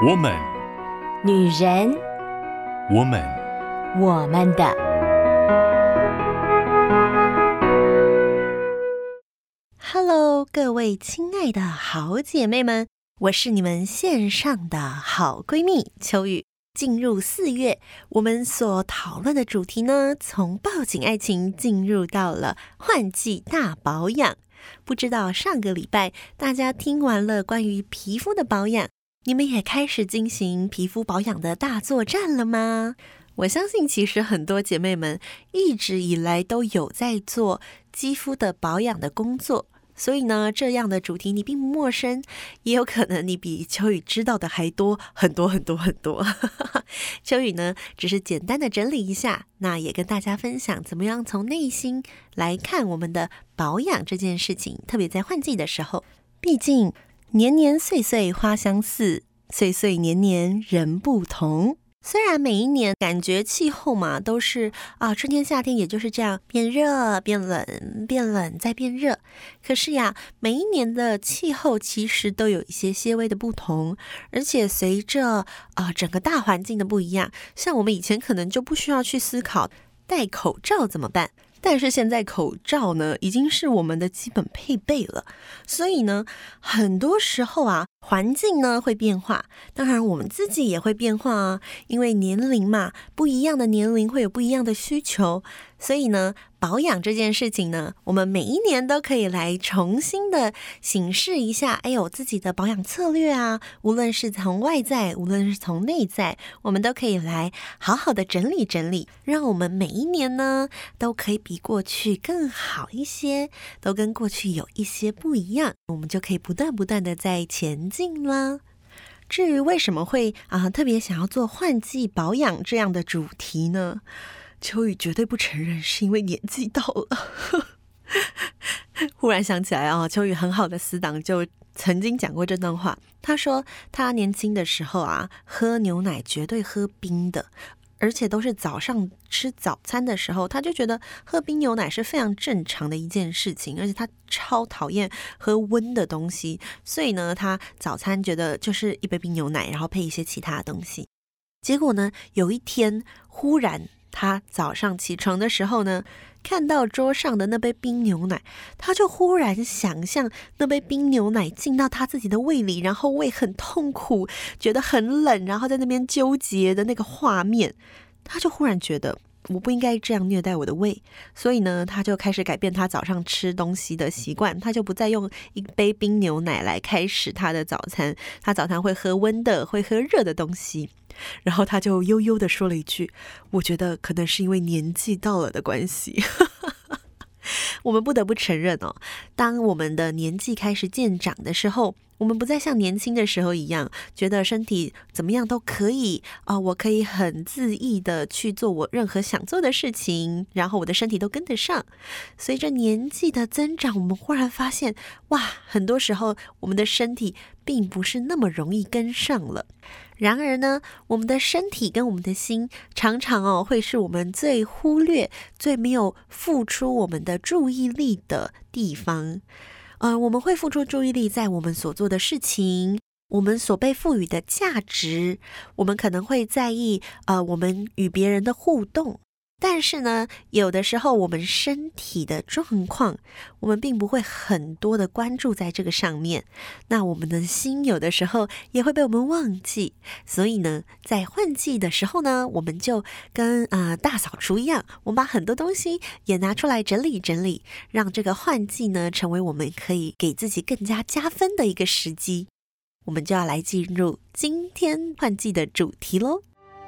我们， 女人， 我们， 我们的。Hello， 各位亲爱的好姐妹们，我是你们线上的好闺蜜秋雨。进入4月，我们所讨论的主题呢，从抱紧爱情进入到了换季大保养。不知道上个礼拜大家听完了关于皮肤的保养，你们也开始进行皮肤保养的大作战了吗？我相信其实很多姐妹们一直以来都有在做肌肤的保养的工作，所以呢，这样的主题你并不陌生，也有可能你比秋雨知道的还多很多很多很多。秋雨呢，只是简单的整理一下，那也跟大家分享怎么样从内心来看我们的保养这件事情，特别在换季的时候，毕竟年年岁岁花相似，岁岁年年人不同。虽然每一年感觉气候嘛都是春天夏天也就是这样变热变冷变冷再变热，可是呀每一年的气候其实都有一些些微的不同，而且随着整个大环境的不一样，像我们以前可能就不需要去思考戴口罩怎么办，但是现在口罩呢已经是我们的基本配备了，所以呢很多时候环境呢会变化，当然我们自己也会变化啊，因为年龄嘛，不一样的年龄会有不一样的需求，所以呢保养这件事情呢，我们每一年都可以来重新的审视一下自己的保养策略啊，无论是从外在无论是从内在，我们都可以来好好的整理整理，让我们每一年呢都可以比过去更好一些，都跟过去有一些不一样，我们就可以不断的在前进啦。至于为什么会特别想要做换季保养这样的主题呢？秋雨绝对不承认是因为年纪到了。忽然想起来秋雨很好的死党就曾经讲过这段话，他说他年轻的时候喝牛奶绝对喝冰的，而且都是早上吃早餐的时候，他就觉得喝冰牛奶是非常正常的一件事情，而且他超讨厌喝温的东西，所以呢他早餐觉得就是一杯冰牛奶，然后配一些其他的东西。结果呢有一天忽然他早上起床的时候呢，看到桌上的那杯冰牛奶，他就忽然想象那杯冰牛奶进到他自己的胃里，然后胃很痛苦，觉得很冷，然后在那边纠结的那个画面，他就忽然觉得我不应该这样虐待我的胃，所以呢他就开始改变他早上吃东西的习惯，他就不再用一杯冰牛奶来开始他的早餐，他早餐会喝温的，会喝热的东西。然后他就悠悠的说了一句，我觉得可能是因为年纪到了的关系。我们不得不承认当我们的年纪开始渐长的时候，我们不再像年轻的时候一样觉得身体怎么样都可以我可以很恣意的去做我任何想做的事情，然后我的身体都跟得上。随着年纪的增长，我们忽然发现很多时候我们的身体并不是那么容易跟上了。然而呢，我们的身体跟我们的心常常会是我们最忽略最没有付出我们的注意力的地方。我们会付出注意力在我们所做的事情，我们所被赋予的价值，我们可能会在意我们与别人的互动，但是呢有的时候我们身体的状况我们并不会很多的关注在这个上面，那我们的心有的时候也会被我们忘记，所以呢在换季的时候呢，我们就跟大扫除一样，我们把很多东西也拿出来整理整理，让这个换季呢成为我们可以给自己更加加分的一个时机。我们就要来进入今天换季的主题咯。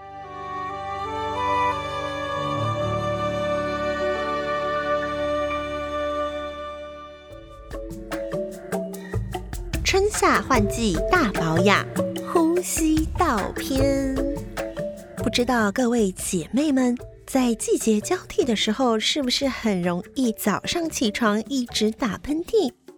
春夏换季大保养，呼吸道篇。不知道各位姐妹们在季节交替的时候，是不是很容易早上起床一直打喷嚏，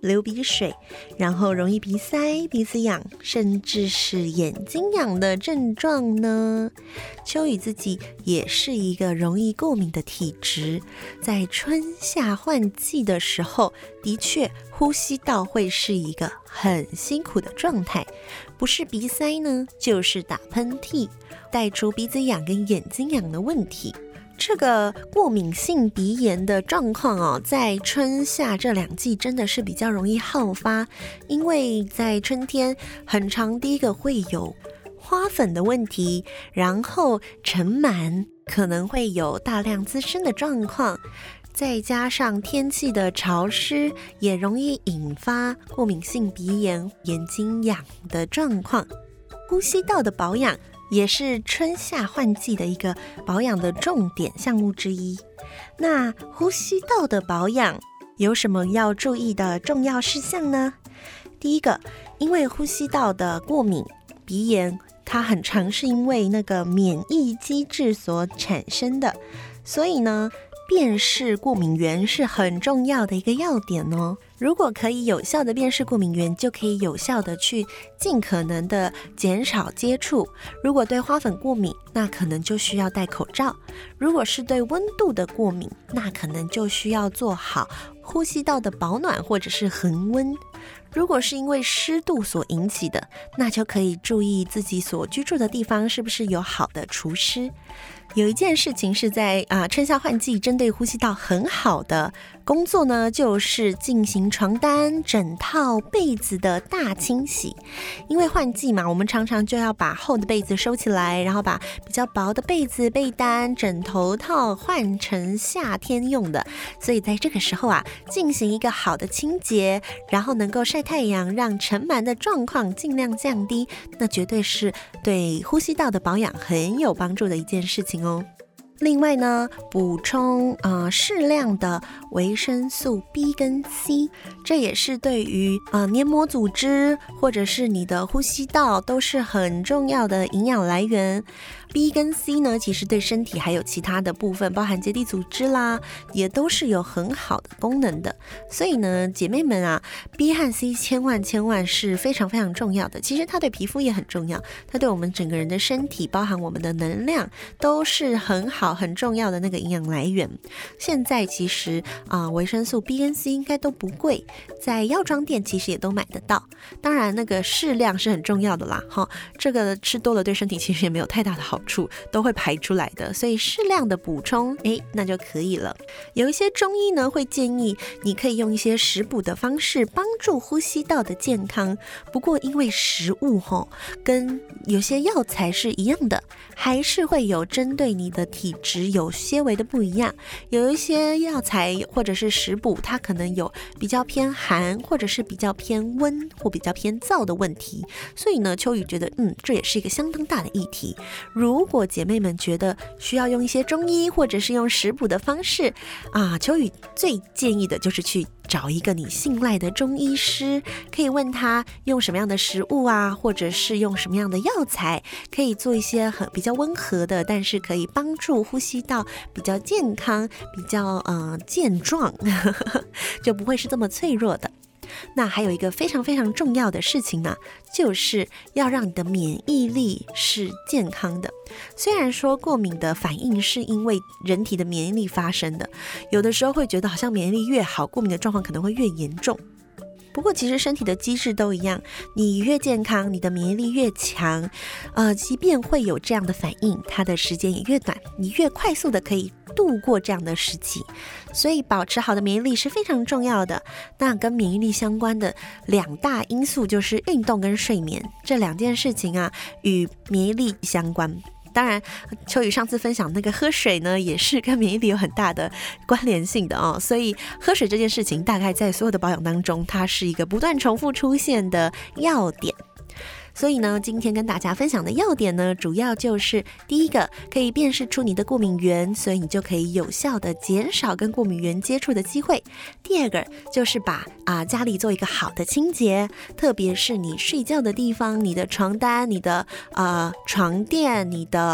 流鼻水，然后容易鼻塞、鼻子痒，甚至是眼睛痒的症状呢？秋雨自己也是一个容易过敏的体质，在春夏换季的时候，的确呼吸道会是一个很辛苦的状态，不是鼻塞呢，就是打喷嚏，带出鼻子痒跟眼睛痒的问题。这个过敏性鼻炎的状况在春夏这2季真的是比较容易好发，因为在春天很常第一个会有花粉的问题，然后尘螨可能会有大量滋生的状况，再加上天气的潮湿，也容易引发过敏性鼻炎、眼睛痒的状况。呼吸道的保养也是春夏换季的一个保养的重点项目之一。那呼吸道的保养有什么要注意的重要事项呢？第一个，因为呼吸道的过敏鼻炎，它很常是因为那个免疫机制所产生的，所以呢，辨识过敏源是很重要的一个要点哦。如果可以有效的辨识过敏源，就可以有效的去尽可能的减少接触。如果对花粉过敏，那可能就需要戴口罩；如果是对温度的过敏，那可能就需要做好呼吸道的保暖或者是恒温。如果是因为湿度所引起的，那就可以注意自己所居住的地方是不是有好的除湿。有一件事情是在春夏换季针对呼吸道很好的工作呢，就是进行床单、枕套、被子的大清洗。因为换季嘛，我们常常就要把厚的被子收起来，然后把比较薄的被子、被单、枕头套换成夏天用的。所以在这个时候进行一个好的清洁，然后能够晒太阳，让尘螨的状况尽量降低，那绝对是对呼吸道的保养很有帮助的一件事情哦。另外呢，补充适量的维生素 B 跟 C， 这也是对于黏膜组织或者是你的呼吸道都是很重要的营养来源。B 跟 C 呢，其实对身体还有其他的部分，包含结缔组织啦，也都是有很好的功能的。所以呢，姐妹们B 和 C 千万是非常非常重要的。其实它对皮肤也很重要，它对我们整个人的身体，包含我们的能量，都是很好很重要的那个营养来源。现在其实维生素 B 跟 C 应该都不贵，在药妆店其实也都买得到。当然那个适量是很重要的啦，这个吃多了对身体其实也没有太大的好处，都会排出来的，所以适量的补充那就可以了。有一些中医呢会建议你可以用一些食补的方式帮助呼吸道的健康，不过因为食物跟有些药材是一样的，还是会有针对你的体质有些微的不一样。有一些药材或者是食补，它可能有比较偏寒或者是比较偏温或比较偏燥的问题，所以呢，秋雨觉得这也是一个相当大的议题。如果姐妹们觉得需要用一些中医或者是用食补的方式秋雨最建议的就是去找一个你信赖的中医师，可以问他用什么样的食物或者是用什么样的药材，可以做一些比较温和的，但是可以帮助呼吸道比较健康、比较健壮就不会是这么脆弱的。那还有一个非常非常重要的事情呢，就是要让你的免疫力是健康的。虽然说过敏的反应是因为人体的免疫力发生的，有的时候会觉得好像免疫力越好，过敏的状况可能会越严重。不过其实身体的机制都一样，你越健康，你的免疫力越强，即便会有这样的反应，它的时间也越短，你越快速的可以度过这样的时期。所以保持好的免疫力是非常重要的。那跟免疫力相关的2大因素就是运动跟睡眠，这2件事情与免疫力相关。当然秋雨上次分享那个喝水呢，也是跟免疫力有很大的关联性的所以喝水这件事情大概在所有的保养当中，它是一个不断重复出现的要点。所以呢，今天跟大家分享的要点呢，主要就是第一个，可以辨识出你的过敏源，所以你就可以有效的减少跟过敏源接触的机会。第二个就是把家里做一个好的清洁，特别是你睡觉的地方，你的床单、你的床垫、你的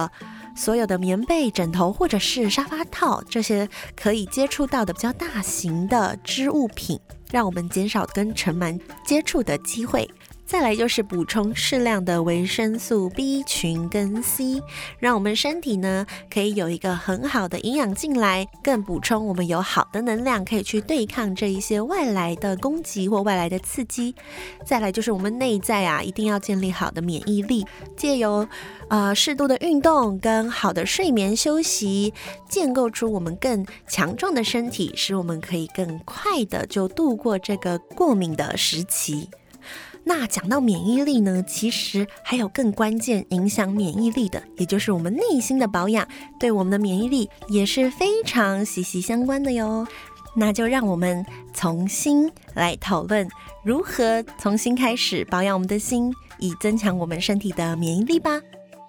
所有的棉被、枕头或者是沙发套，这些可以接触到的比较大型的织物品，让我们减少跟尘螨接触的机会。再来就是补充适量的维生素 B 群跟 C， 让我们身体呢可以有一个很好的营养进来，更补充我们有好的能量，可以去对抗这一些外来的攻击或外来的刺激。再来就是我们内在一定要建立好的免疫力，借由适度的运动跟好的睡眠休息，建构出我们更强壮的身体，使我们可以更快的就度过这个过敏的时期。那讲到免疫力呢，其实还有更关键影响免疫力的，也就是我们内心的保养，对我们的免疫力也是非常息息相关的哟。那就让我们从心来讨论，如何从心开始保养我们的心，以增强我们身体的免疫力吧。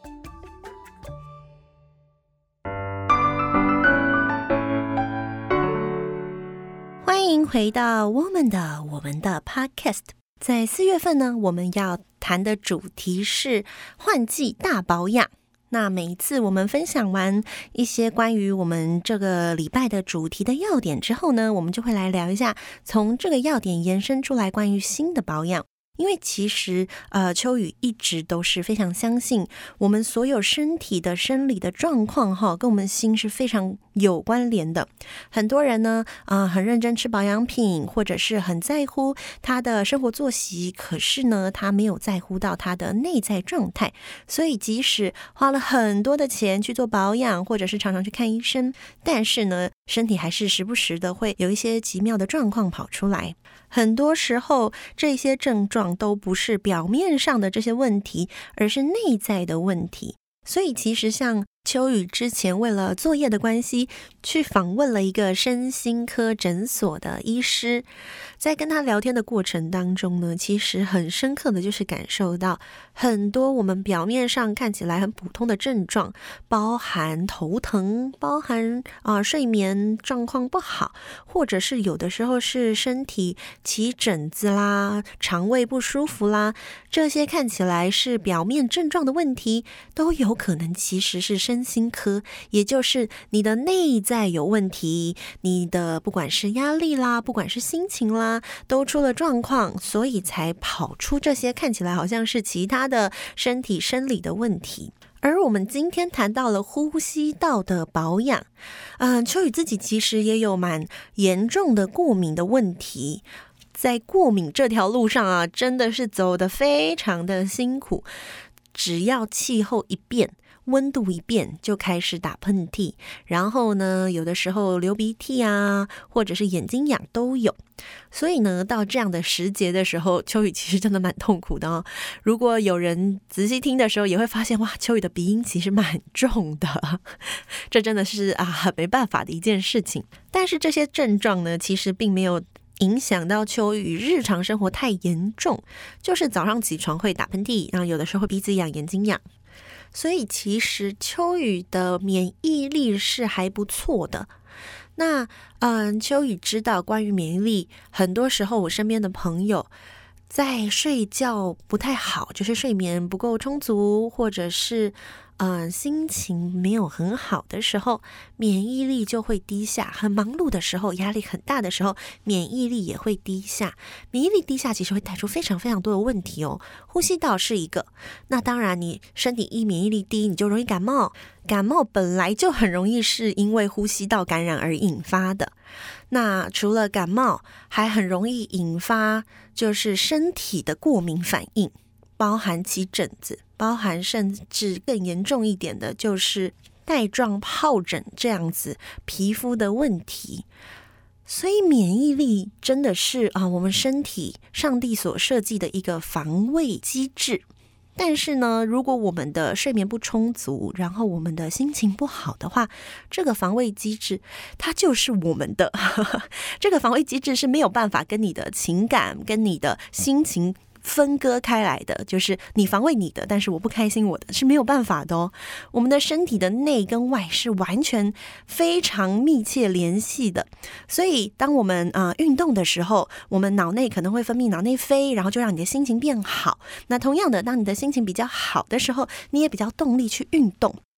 欢迎回到我们的 Podcast。在4月份呢，我们要谈的主题是换季大保养。那每一次我们分享完一些关于我们这个礼拜的主题的要点之后呢，我们就会来聊一下从这个要点延伸出来关于新的保养。因为其实秋雨一直都是非常相信我们所有身体的生理的状况跟我们心是非常有关联的。很多人呢很认真吃保养品，或者是很在乎他的生活作息，可是呢他没有在乎到他的内在状态，所以即使花了很多的钱去做保养，或者是常常去看医生，但是呢身体还是时不时的会有一些奇妙的状况跑出来。很多时候这些症状都不是表面上的这些问题，而是内在的问题。所以其实像秋雨之前为了作业的关系，去访问了一个身心科诊所的医师，在跟他聊天的过程当中呢，其实很深刻的就是感受到很多我们表面上看起来很普通的症状，包含头疼，包含睡眠状况不好，或者是有的时候是身体起疹子啦，肠胃不舒服啦，这些看起来是表面症状的问题，都有可能其实是身心科，也就是你的内在有问题，你的不管是压力啦，不管是心情啦，都出了状况，所以才跑出这些看起来好像是其他的身体生理的问题。而我们今天谈到了呼吸道的保养，秋雨自己其实也有蛮严重的过敏的问题，在过敏这条路上真的是走得非常的辛苦。只要气候一变，温度一变，就开始打喷嚏，然后呢有的时候流鼻涕或者是眼睛痒都有。所以呢到这样的时节的时候，秋雨其实真的蛮痛苦的如果有人仔细听的时候也会发现，哇，秋雨的鼻音其实蛮重的这真的是很没办法的一件事情。但是这些症状呢其实并没有影响到秋雨日常生活太严重，就是早上起床会打喷嚏，然后有的时候会鼻子痒眼睛痒。所以其实秋雨的免疫力是还不错的。那秋雨知道关于免疫力，很多时候我身边的朋友在睡觉不太好，就是睡眠不够充足，或者是心情没有很好的时候，免疫力就会低下。很忙碌的时候，压力很大的时候，免疫力也会低下。免疫力低下其实会带出非常非常多的问题呼吸道是一个，那当然你身体免疫力低，你就容易感冒。感冒本来就很容易是因为呼吸道感染而引发的。那除了感冒，还很容易引发就是身体的过敏反应，包含起疹子，包含甚至更严重一点的就是带状疱疹这样子皮肤的问题。所以免疫力真的是我们身体上帝所设计的一个防卫机制。但是呢，如果我们的睡眠不充足，然后我们的心情不好的话，这个防卫机制它就是我们的这个防卫机制是没有办法跟你的情感跟你的心情分割开来的，就是你防卫你的，但是我不开心我的，是没有办法的我们的身体的内跟外是完全非常密切联系的。所以当我们运动的时候，我们脑内可能会分泌脑内啡，然后就让你的心情变好。那同样的，当你的心情比较好的时候，你也比较动力去运动。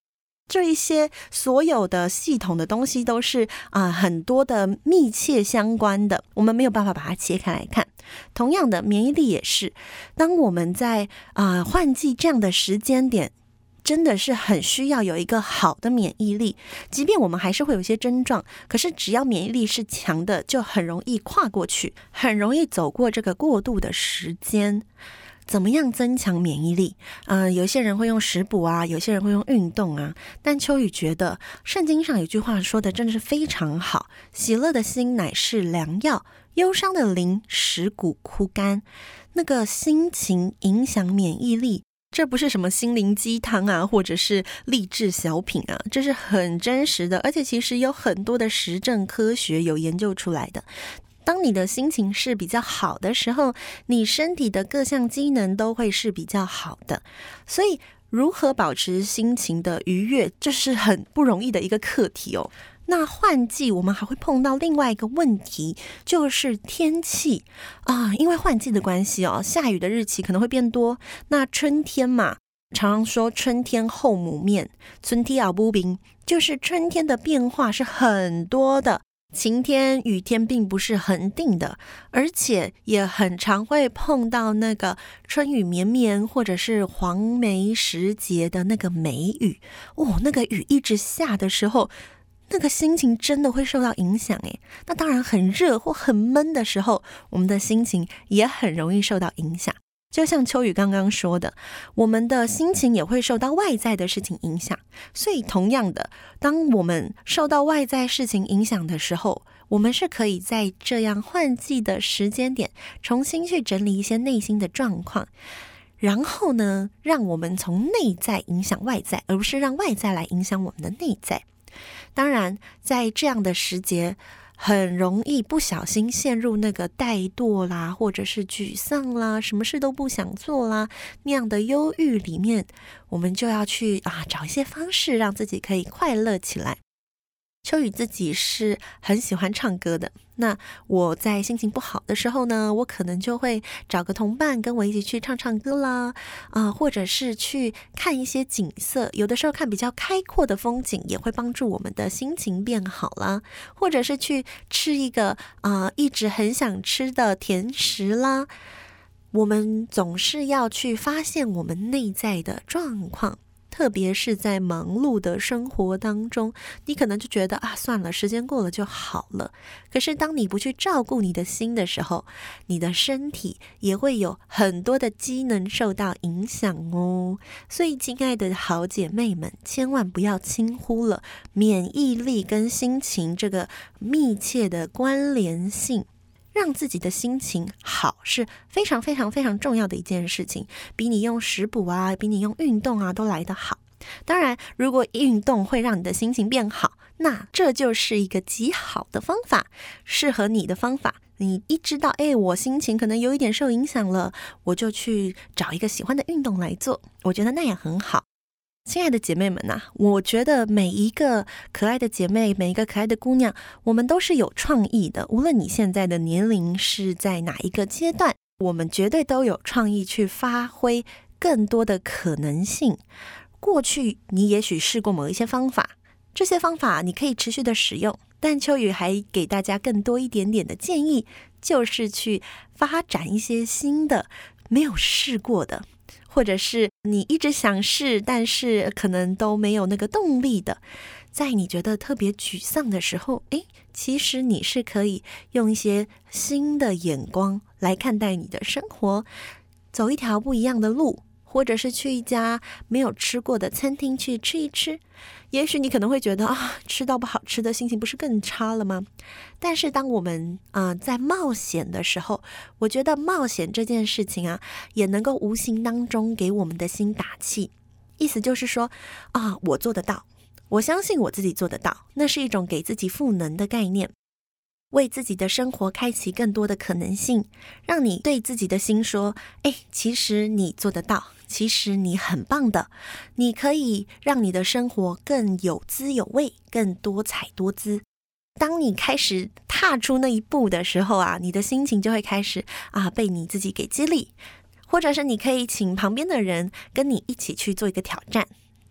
这一些所有的系统的东西都是很多的密切相关的，我们没有办法把它切开来看。同样的，免疫力也是，当我们在换季这样的时间点，真的是很需要有一个好的免疫力，即便我们还是会有一些症状，可是只要免疫力是强的，就很容易跨过去，很容易走过这个过渡的时间。怎么样增强免疫力？有些人会用食补啊，有些人会用运动啊。但秋雨觉得圣经上有句话说的真的是非常好，喜乐的心乃是良药，忧伤的灵使骨枯干。那个心情影响免疫力，这不是什么心灵鸡汤啊，或者是励志小品啊，这是很真实的，而且其实有很多的实证科学有研究出来的。当你的心情是比较好的时候，你身体的各项机能都会是比较好的。所以如何保持心情的愉悦，这是很不容易的一个课题哦。那换季我们还会碰到另外一个问题，就是天气因为换季的关系下雨的日期可能会变多。那春天嘛，常常说春天后母面，春天后母面，就是春天的变化是很多的，晴天雨天并不是恒定的，而且也很常会碰到那个春雨绵绵，或者是黄梅时节的那个梅雨那个雨一直下的时候，那个心情真的会受到影响耶。那当然很热或很闷的时候，我们的心情也很容易受到影响。就像秋雨刚刚说的，我们的心情也会受到外在的事情影响。所以同样的，当我们受到外在事情影响的时候，我们是可以在这样换季的时间点重新去整理一些内心的状况，然后呢，让我们从内在影响外在，而不是让外在来影响我们的内在。当然在这样的时节，很容易不小心陷入那个怠惰啦，或者是沮丧啦，什么事都不想做啦，那样的忧郁里面，我们就要去找一些方式让自己可以快乐起来。秋雨自己是很喜欢唱歌的，那我在心情不好的时候呢，我可能就会找个同伴跟我一起去唱唱歌啦，或者是去看一些景色，有的时候看比较开阔的风景也会帮助我们的心情变好啦，或者是去吃一个一直很想吃的甜食啦。我们总是要去发现我们内在的状况，特别是在忙碌的生活当中，你可能就觉得算了，时间过了就好了。可是当你不去照顾你的心的时候，你的身体也会有很多的机能受到影响哦。所以亲爱的好姐妹们，千万不要轻忽了免疫力跟心情这个密切的关联性。让自己的心情好是非常非常非常重要的一件事情，比你用食补比你用运动都来得好。当然，如果运动会让你的心情变好，那这就是一个极好的方法，适合你的方法。你一知道我心情可能有一点受影响了，我就去找一个喜欢的运动来做，我觉得那也很好。亲爱的姐妹们我觉得每一个可爱的姐妹，每一个可爱的姑娘，我们都是有创意的，无论你现在的年龄是在哪一个阶段，我们绝对都有创意去发挥更多的可能性。过去你也许试过某一些方法，这些方法你可以持续的使用，但秋雨还给大家更多一点点的建议，就是去发展一些新的没有试过的，或者是你一直想试，但是可能都没有那个动力的。在你觉得特别沮丧的时候，其实你是可以用一些新的眼光来看待你的生活，走一条不一样的路，或者是去一家没有吃过的餐厅去吃一吃。也许你可能会觉得吃到不好吃的心情不是更差了吗？但是当我们在冒险的时候，我觉得冒险这件事情也能够无形当中给我们的心打气。意思就是说我做得到，我相信我自己做得到，那是一种给自己赋能的概念，为自己的生活开启更多的可能性，让你对自己的心说其实你做得到，其实你很棒的，你可以让你的生活更有滋有味，更多彩多姿。当你开始踏出那一步的时候你的心情就会开始被你自己给激励，或者是你可以请旁边的人跟你一起去做一个挑战，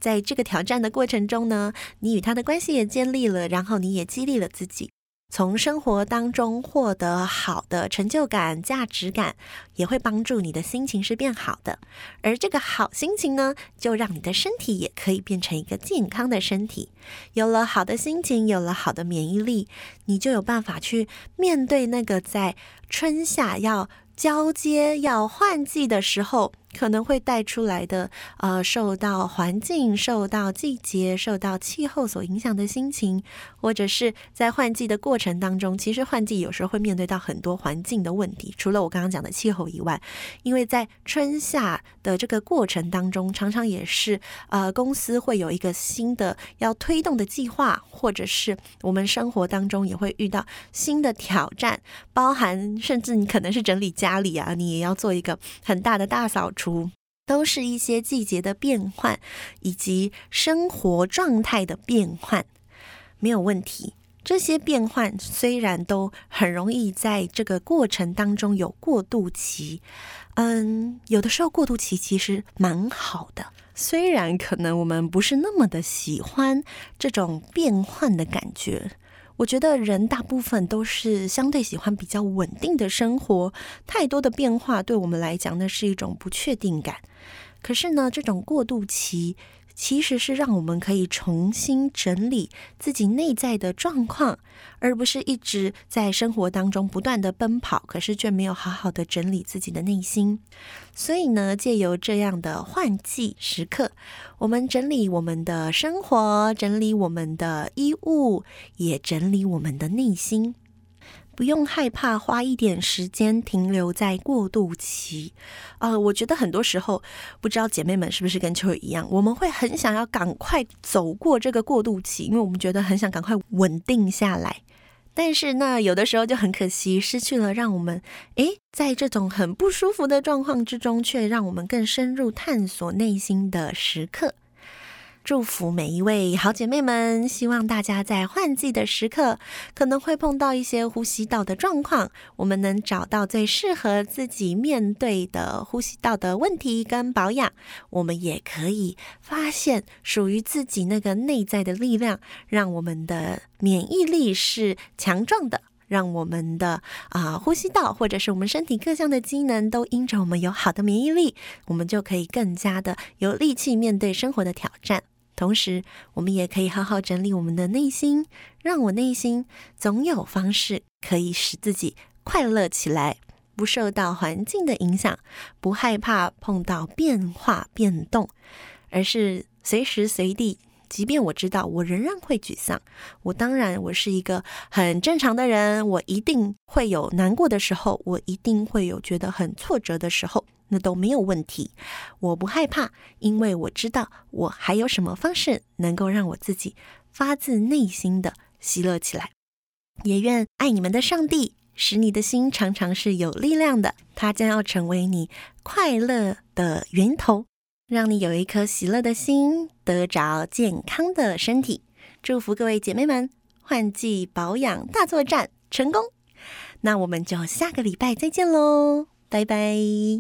在这个挑战的过程中呢，你与他的关系也建立了，然后你也激励了自己，从生活当中获得好的成就感、价值感，也会帮助你的心情是变好的。而这个好心情呢，就让你的身体也可以变成一个健康的身体。有了好的心情，有了好的免疫力，你就有办法去面对那个在春夏要交接、要换季的时候可能会带出来的受到环境、受到季节、受到气候所影响的心情，或者是在换季的过程当中，其实换季有时候会面对到很多环境的问题，除了我刚刚讲的气候以外，因为在春夏的这个过程当中，常常也是公司会有一个新的要推动的计划，或者是我们生活当中也会遇到新的挑战，包含甚至你可能是整理家里啊，你也要做一个很大的大扫除，都是一些季节的变换以及生活状态的变换，没有问题。这些变换虽然都很容易在这个过程当中有过渡期，有的时候过渡期其实蛮好的，虽然可能我们不是那么的喜欢这种变换的感觉，我觉得人大部分都是相对喜欢比较稳定的生活，太多的变化对我们来讲呢是一种不确定感。可是呢，这种过渡期其实是让我们可以重新整理自己内在的状况，而不是一直在生活当中不断的奔跑，可是却没有好好的整理自己的内心。所以呢，借由这样的换季时刻，我们整理我们的生活，整理我们的衣物，也整理我们的内心。不用害怕花一点时间停留在过渡期。我觉得很多时候，不知道姐妹们是不是跟秋雨一样，我们会很想要赶快走过这个过渡期，因为我们觉得很想赶快稳定下来。但是呢，有的时候就很可惜，失去了让我们在这种很不舒服的状况之中，却让我们更深入探索内心的时刻。祝福每一位好姐妹们，希望大家在换季的时刻可能会碰到一些呼吸道的状况，我们能找到最适合自己面对的呼吸道的问题跟保养，我们也可以发现属于自己那个内在的力量，让我们的免疫力是强壮的，让我们的呼吸道或者是我们身体各项的机能都因着我们有好的免疫力，我们就可以更加的有力气面对生活的挑战。同时我们也可以好好整理我们的内心，让我内心总有方式可以使自己快乐起来，不受到环境的影响，不害怕碰到变化变动，而是随时随地，即便我知道我仍然会沮丧，当然我是一个很正常的人，我一定会有难过的时候，我一定会有觉得很挫折的时候，那都没有问题，我不害怕，因为我知道我还有什么方式能够让我自己发自内心的喜乐起来。也愿爱你们的上帝使你的心常常是有力量的，它将要成为你快乐的源头，让你有一颗喜乐的心，得着健康的身体。祝福各位姐妹们换季保养大作战成功，那我们就下个礼拜再见咯，拜拜。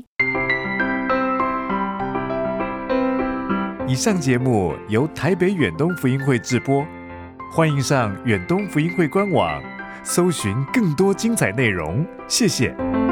以上节目由台北远东福音会制播，欢迎上远东福音会官网搜寻更多精彩内容，谢谢。